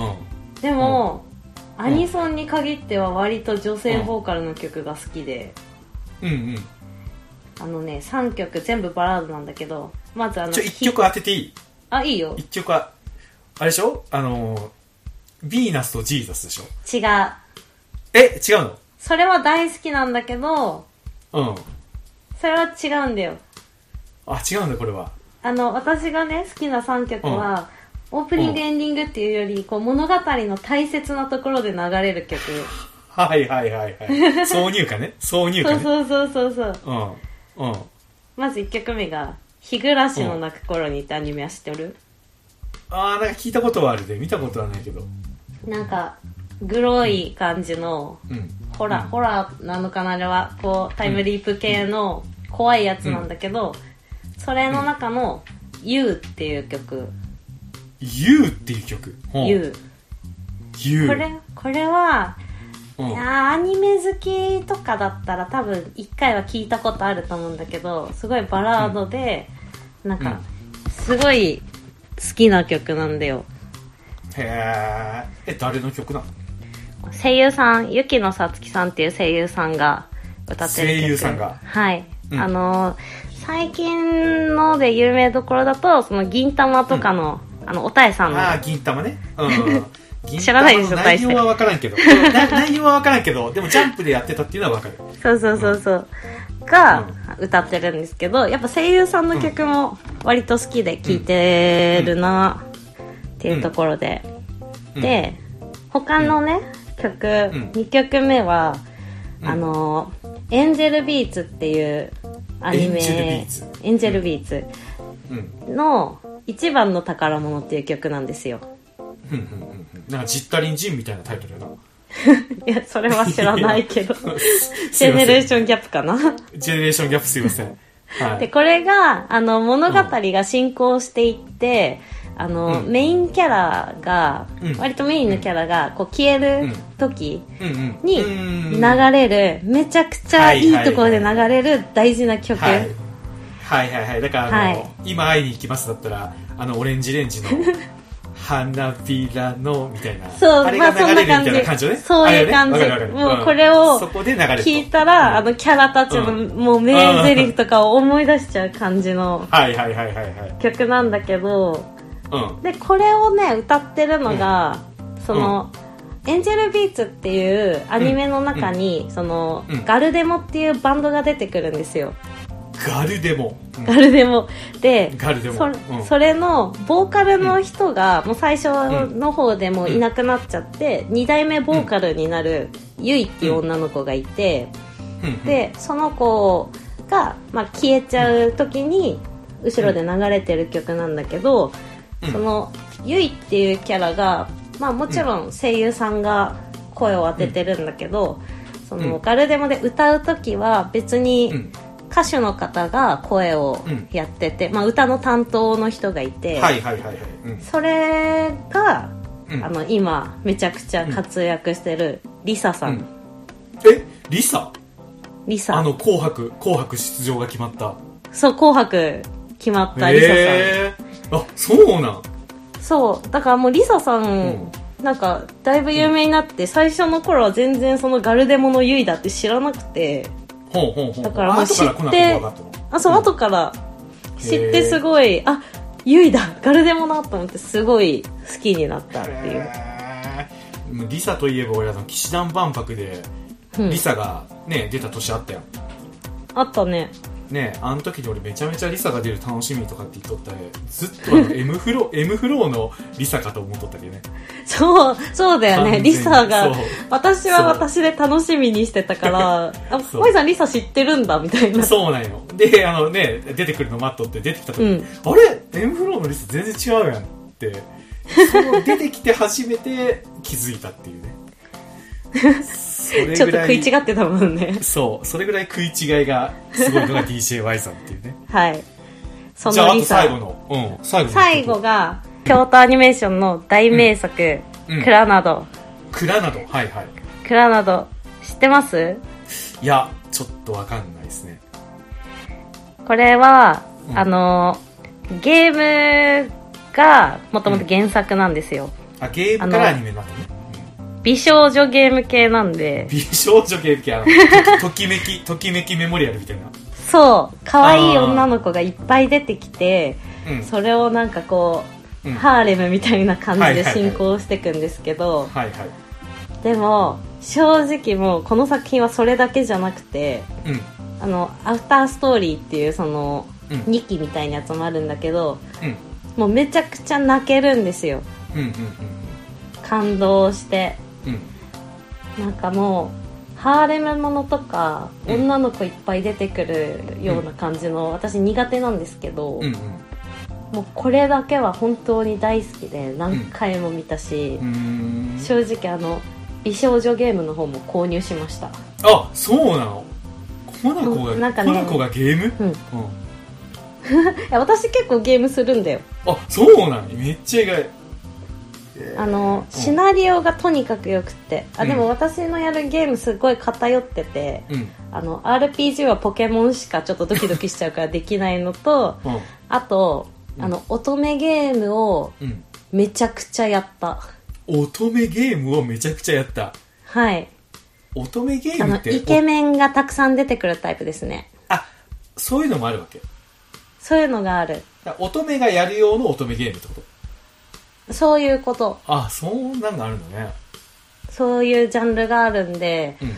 でも、アニソンに限っては割と女性ボーカルの曲が好きで、3曲全部バラードなんだけど、まず 1曲当てていい？ いいよ。 1曲はあれでしょ、ヴィーナスとジーザスでしょ。 違う。 違うの？ それは大好きなんだけど、それは違うんだよ。 違うんだ、これは。 私がね好きな3曲は、オープニングエンディングっていうより、こう物語の大切なところで流れる曲。 はい挿入歌ね。挿入歌ね。 そう。まず1曲目が日暮らしの泣く頃にってアニメは知ってる？ なんか聞いたことはあるで、見たことはないけど。 なんかグロい感じの、ホラーなのかな、あれはこうタイムリープ系の怖いやつなんだけど、それの中の You っていう曲。 You っていう曲。 You。これは、いやアニメ好きとかだったら多分一回は聞いたことあると思うんだけど、すごいバラードで、なんかすごい好きな曲なんだよ。 へえ。誰の曲なの？ 声優さん、雪野さつきさんっていう声優さんが歌ってる曲。 声優さんが。 はい。最近ので有名どころだと、その銀玉とかの、おたえさんの。 銀玉ね。 知らないでしょ、 内容は分からんけど。内容は分からんけど、でもジャンプでやってたっていうのは分かる。 そう。が歌ってるんですけど、やっぱ声優さんの曲も割と好きで聴いてるなっていうところで。で、他のね、曲、2曲目は、エンジェルビーツっていうアニメ、エンジェルビーツの一番の宝物っていう曲なんですよ。 なんかジッタリンジンみたいなタイトルやな。 いや、それは知らないけど。ジェネレーションギャップかな。 ジェネレーションギャップすいません。はい、 で、これが、物語が進行していって、メインキャラが、割とメインのキャラが、こう、消える時に流れる、めちゃくちゃいいところで流れる大事な曲。 はい。だから、今会いに行きますだったら、オレンジレンジの、花びらのみたいな、 そう、 あれが流れるみたいな感じね。 そういう感じ。もうこれを聞いたら、キャラたちのもう名台詞とかを思い出しちゃう感じの曲なんだけど、でこれをね歌ってるのが、そのエンジェルビーツっていうアニメの中に、そのガルデモっていうバンドが出てくるんですよ。 ガルデモで、それのボーカルの人がもう最初の方でもいなくなっちゃって、2代目ボーカルになるユイっていう女の子がいて、でその子が、消えちゃう時に後ろで流れてる曲なんだけど、そのユイっていうキャラが、もちろん声優さんが声を当ててるんだけど、そのガルデモで歌う時は別に、歌手の方が声をやってて、歌の担当の人がいて、それが、今めちゃくちゃ活躍してるリサさん。 リサ紅白出場が決まった。 そう、紅白決まったリサさん。 そうなん。 そうだからもうリサさん、なんかだいぶ有名になって、最初の頃は全然そのガルデモのユイだって知らなくて、だからもう知って、後から知ってすごい、ユイだ、ガルデモだと思ってすごい好きになったっていう。 リサといえば俺騎士団万博でリサがね、出た年あったやん。 あったね。 あの時に俺めちゃめちゃリサが出る楽しみとかって言っとったずっとM フローのリサかと思っとったけどね。 そうだよね。リサが私は私で楽しみにしてたから萌さんリサ知ってるんだみたいな。 そうなんよ。で出てくるの待っとって出てきた時に、あれ M フローのリサ全然違うやんってその出てきて初めて気づいたっていうね。 ちょっと食い違ってたもんね。 それぐらい食い違いがすごいのが DJY さんっていうね。 はい。そのリサ。 じゃああと最後が京都アニメーションの大名作、クラナド。 クラナド、 クラナド知ってます？ いや、ちょっとわかんないですね。 これは、ゲームがもともと原作なんですよ。 ゲームからアニメなんだね。 美少女ゲーム系なんで。 美少女ゲーム系ときめきメモリアルみたいな。 そう、可愛い女の子がいっぱい出てきて、それをなんかこう、ハーレムみたいな感じで進行していくんですけど、でも正直もうこの作品はそれだけじゃなくて、アフターストーリーっていうその2期みたいなやつもあるんだけど、もうめちゃくちゃ泣けるんですよ。感動して。なんかもうハーレムものとか、女の子いっぱい出てくるような感じの、私苦手なんですけど、もうこれだけは本当に大好きで何回も見たし、正直美少女ゲームの方も購入しました。 そうなの？ モナコが、 なんかね、 モナコがゲーム、うんうん、いや私結構ゲームするんだよ。 あ、そうなの？めっちゃ意外。 シナリオがとにかくよくて、でも私のやるゲームすごい偏ってて、うん、RPG はポケモンしかちょっとドキドキしちゃうからできないのと、うん、あと、乙女ゲームをめちゃくちゃやった、 うん、乙女ゲームをめちゃくちゃやった。 はい。 乙女ゲームってイケメンがたくさん出てくるタイプですね。 あ、そういうのもあるわけ。 そういうのがある。 乙女がやる用の乙女ゲームってこと？ そういうこと。 あ、そうなんのあるんだね。 そういうジャンルがあるんで、うん、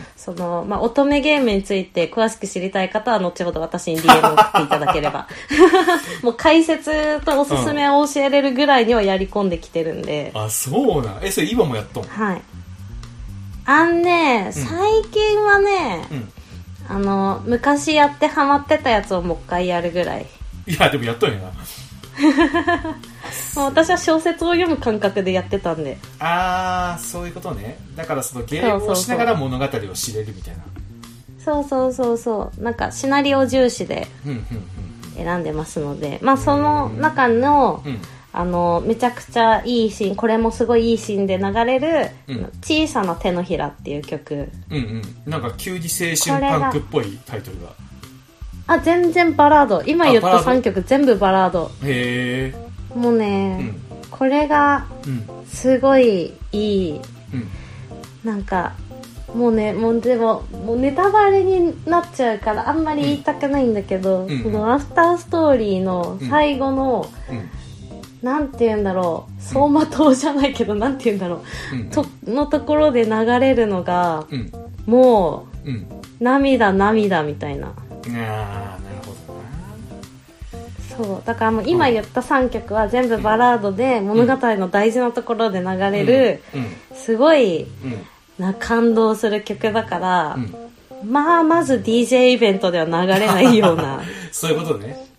乙女ゲームについて詳しく知りたい方は後ほど私に DM を送っていただければもう解説とおすすめを教えれるぐらいにはやり込んできてるんで。 あ、そうなん。それ今もやっとん？ はい。最近はね、うん、昔やってハマってたやつをもう一回やるぐらい。 いや、でもやっとんやな私は小説を読む感覚でやってたんで。 ああ、そういうことね。だからそのゲームをしながら物語を知れるみたいな。 そうなんかシナリオ重視で選んでますので、その中の、めちゃくちゃいいシーン、これもすごいいいシーンで流れる、小さな手のひらっていう曲。 なんか急に青春パンクっぽいタイトルが。 全然バラード。今言った3曲全部バラード。 へー。 もうね、これがすごいいい、なんかもうね、もうでももうネタバレになっちゃうからあんまり言いたくないんだけど、そのアフターストーリーの最後の、なんて言うんだろう、走馬灯じゃないけどなんて言うんだろう、のところで流れるのが、もう、涙みたいな。そうだからもう今言った3曲は全部バラードで物語の大事なところで流れる、すごい感動する曲だから、まず DJ イベントでは流れないようなそういうことね。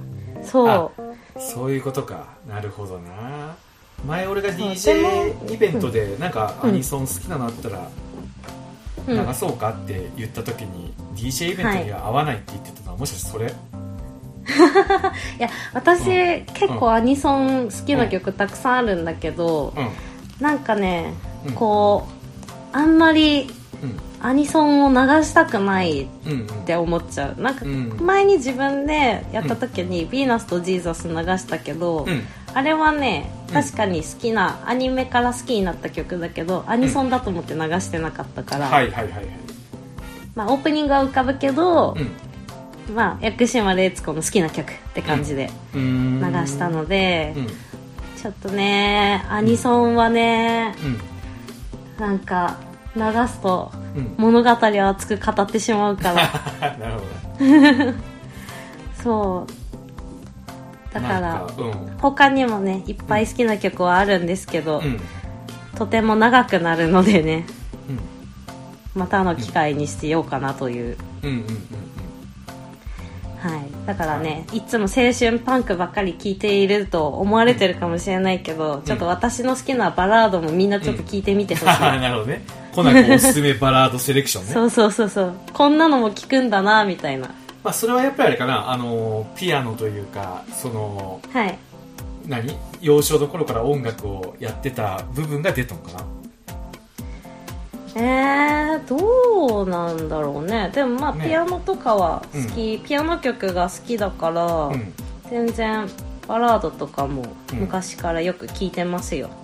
そういうことか。なるほどな。前俺が DJ イベントでなんかアニソン好きなのあったら流そうかって言った時に、DJ イベントには合わないって言ってたのはもしかしてそれ？ いや私、結構アニソン好きな曲たくさんあるんだけど、なんかね、こうあんまりアニソンを流したくないって思っちゃう。なんか前に自分でやった時にヴィーナスとジーザス流したけど、あれはね確かに好きな、アニメから好きになった曲だけどアニソンだと思って流してなかったから、オープニングは浮かぶけど、薬師丸悦子の好きな曲って感じで流したので、ちょっとねアニソンはね、なんか流すと物語を熱く語ってしまうからなるほどそうだから、他にもねいっぱい好きな曲はあるんですけど、とても長くなるのでね、またの機会にしてようかなという、はい、だからね、いつも青春パンクばっかり聴いていると思われてるかもしれないけど、ちょっと私の好きなバラードもみんなちょっと聴いてみてほしい、 なるほどね。コナコおすすめバラードセレクションねそうこんなのも聴くんだなみたいな。 それはやっぱりあれかな、ピアノというかその、幼少の頃から音楽をやってた部分が出たのかな。 どうなんだろうね。でもピアノとかは好き、ピアノ曲が好きだから、全然バラードとかも昔からよく聴いてますよ。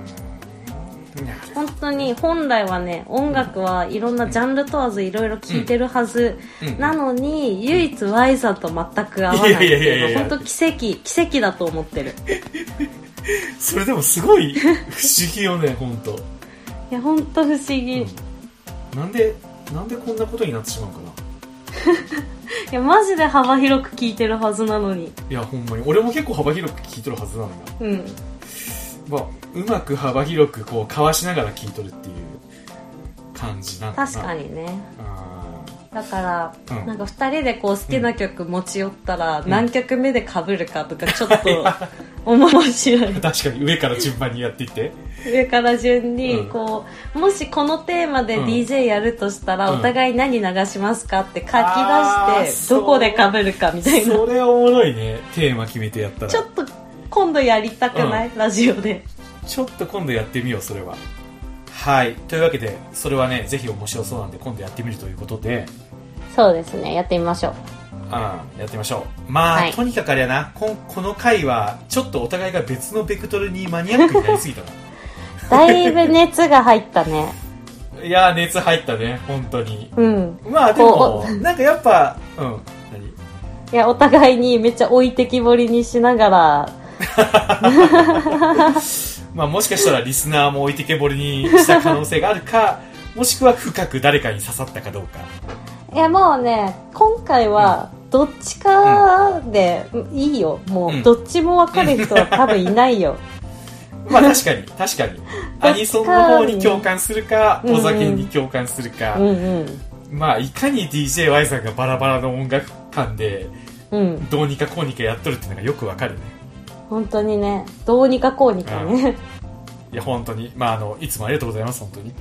本当に本来はね、音楽はいろんなジャンル問わずいろいろ聴いてるはずなのに、唯一 Y さんと全く合わないっていうのは本当奇跡だと思ってるそれでもすごい不思議よね本当。 いや本当不思議、 なんでこんなことになってしまうかないやマジで幅広く聴いてるはずなのに。 いやほんまに俺も結構幅広く聴いてるはずなのよ。うまく幅広くこうかわしながら聴いとるっていう感じなのかな。 確かにね。 だから、なんか2人でこう好きな曲持ち寄ったら、何曲目で被るかとかちょっと面白い。 確かに上から順番にやっていって、 上から順にこう、もしこのテーマで DJ やるとしたら、お互い何流しますかって書き出して、どこで被るかみたいな。 それおもろいね。テーマ決めてやったらちょっと今度やりたくない、ラジオで。 ちょっと今度やってみよう、それは。はい、というわけでそれはね、ぜひ面白そうなんで今度やってみるということで。 そうですね、やってみましょう。 やってみましょう。まあ、はい、とにかくあれやな、この回はちょっとお互いが別のベクトルにマニアックになりすぎたな。だいぶ熱が入ったね。 いや、熱入ったね、本当に。 まあでもなんかやっぱ何、 いや、お互いにめっちゃ置いてきぼりにしながらまあもしかしたらリスナーも置いてけぼりにした可能性があるかもしくは深く誰かに刺さったかどうか。 いや、もうね、今回はどっちかでいいよ、もうどっちも分かる人は多分いないよ。 まあ確かにアニソンの方に共感するか、お酒に共感するか、まあいかに DJY さんがバラバラの音楽感で、どうにかこうにかやっとるっていうのがよくわかるね。 本当にね、どうにかこうにかね。 いや本当に、まあいつもありがとうございます、本当に。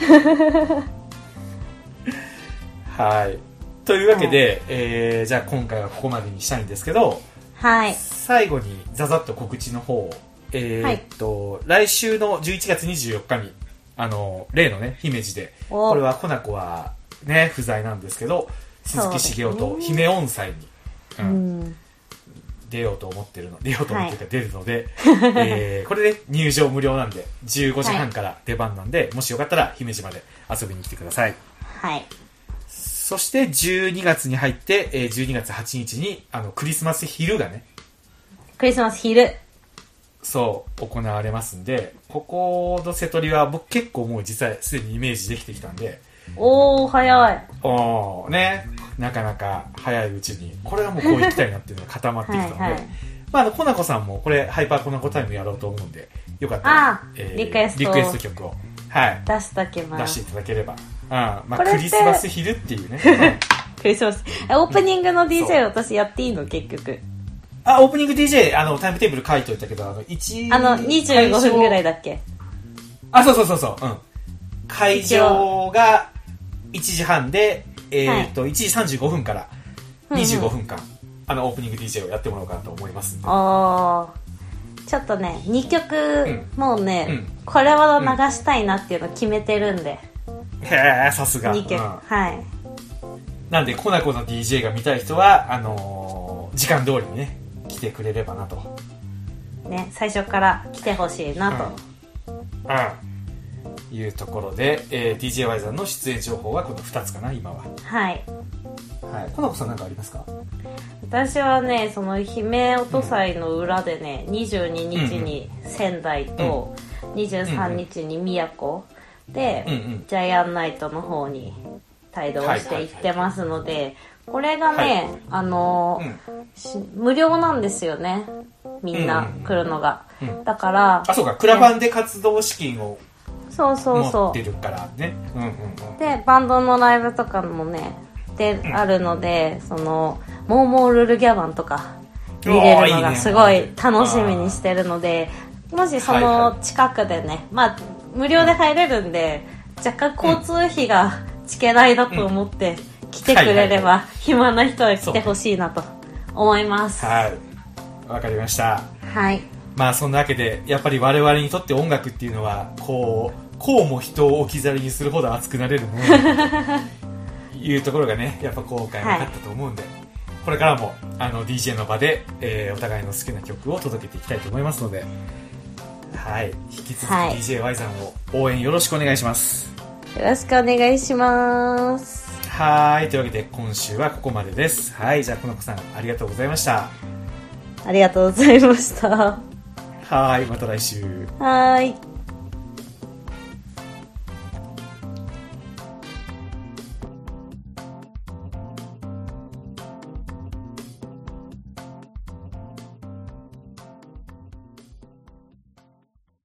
はい。というわけで、じゃあ今回はここまでにしたいんですけど、 はい。 最後にざざっと告知の方を、来週の11月24日に例のね、姫路で、これはコナコはね不在なんですけど、鈴木茂雄と姫音祭に、出ようと思ってるっていうか出るので、これで入場無料なんで15時半から出番なんで、もしよかったら姫路まで遊びに来てください。 はい。 そして12月に入って、12月8日にクリスマス昼がね、 クリスマス昼そう行われますんで、ここの瀬戸りは僕結構もう実際すでにイメージできてきたんで。 おー、早い。 ね、なかなか早いうちにこれはもうこう行きたいなっていうのが固まってきたので、まあコナコさんもこれハイパーコナコタイムやろうと思うんで、よかったらリクエスト曲を、 出していただければ、まあクリスマス昼っていうね。 クリスマスオープニングの DJ 私やっていいの？結局オープニング DJ タイムテーブル書いといたけど、 25分ぐらいだっけ？ そう、会場が1時半で、1時35分から25分間、オープニング DJ をやってもらおうかなと思いますんで。 ちょっとね、2曲、もうね、これは流したいなっていうのを決めてるんで。 へえ、さすが。 2曲、はい。 なんでコナコの DJ が見たい人は時間通りにね来てくれればなと。 ね、最初から来てほしいなと。 いうところで、DJY さんの出演情報はこの2つかな、今は。 はい。 コナコさん何かありますか？ 私はね、その姫音祭の裏でね、22日に仙台と、23日に宮古で、ジャイアンナイトの方に帯同して行ってますので、これがね、無料なんですよね、みんな来るのが。だから、 そうか、クラファンで活動資金を持ってるからね。 で、バンドのライブとかもね、であるので、そのモーモールルギャバンとか見れるのがすごい楽しみにしてるので、もしその近くでね、まあ無料で入れるんで、若干交通費がチケ代だと思って来てくれれば、暇な人は来てほしいなと思います。 はい、わかりました。 はい。 まあそんなわけで、やっぱり我々にとって音楽っていうのはこうも人を置き去りにするほど熱くなれるものだというところがね、やっぱ今回分かったと思うんで、これからもDJ の場で、お互いの好きな曲を届けていきたいと思いますので、はい、引き続き DJY さんを応援よろしくお願いします。 よろしくお願いします。 はい、というわけで今週はここまでです。はい、じゃあこの子さんありがとうございました。 ありがとうございました。 はい、また来週。 はい。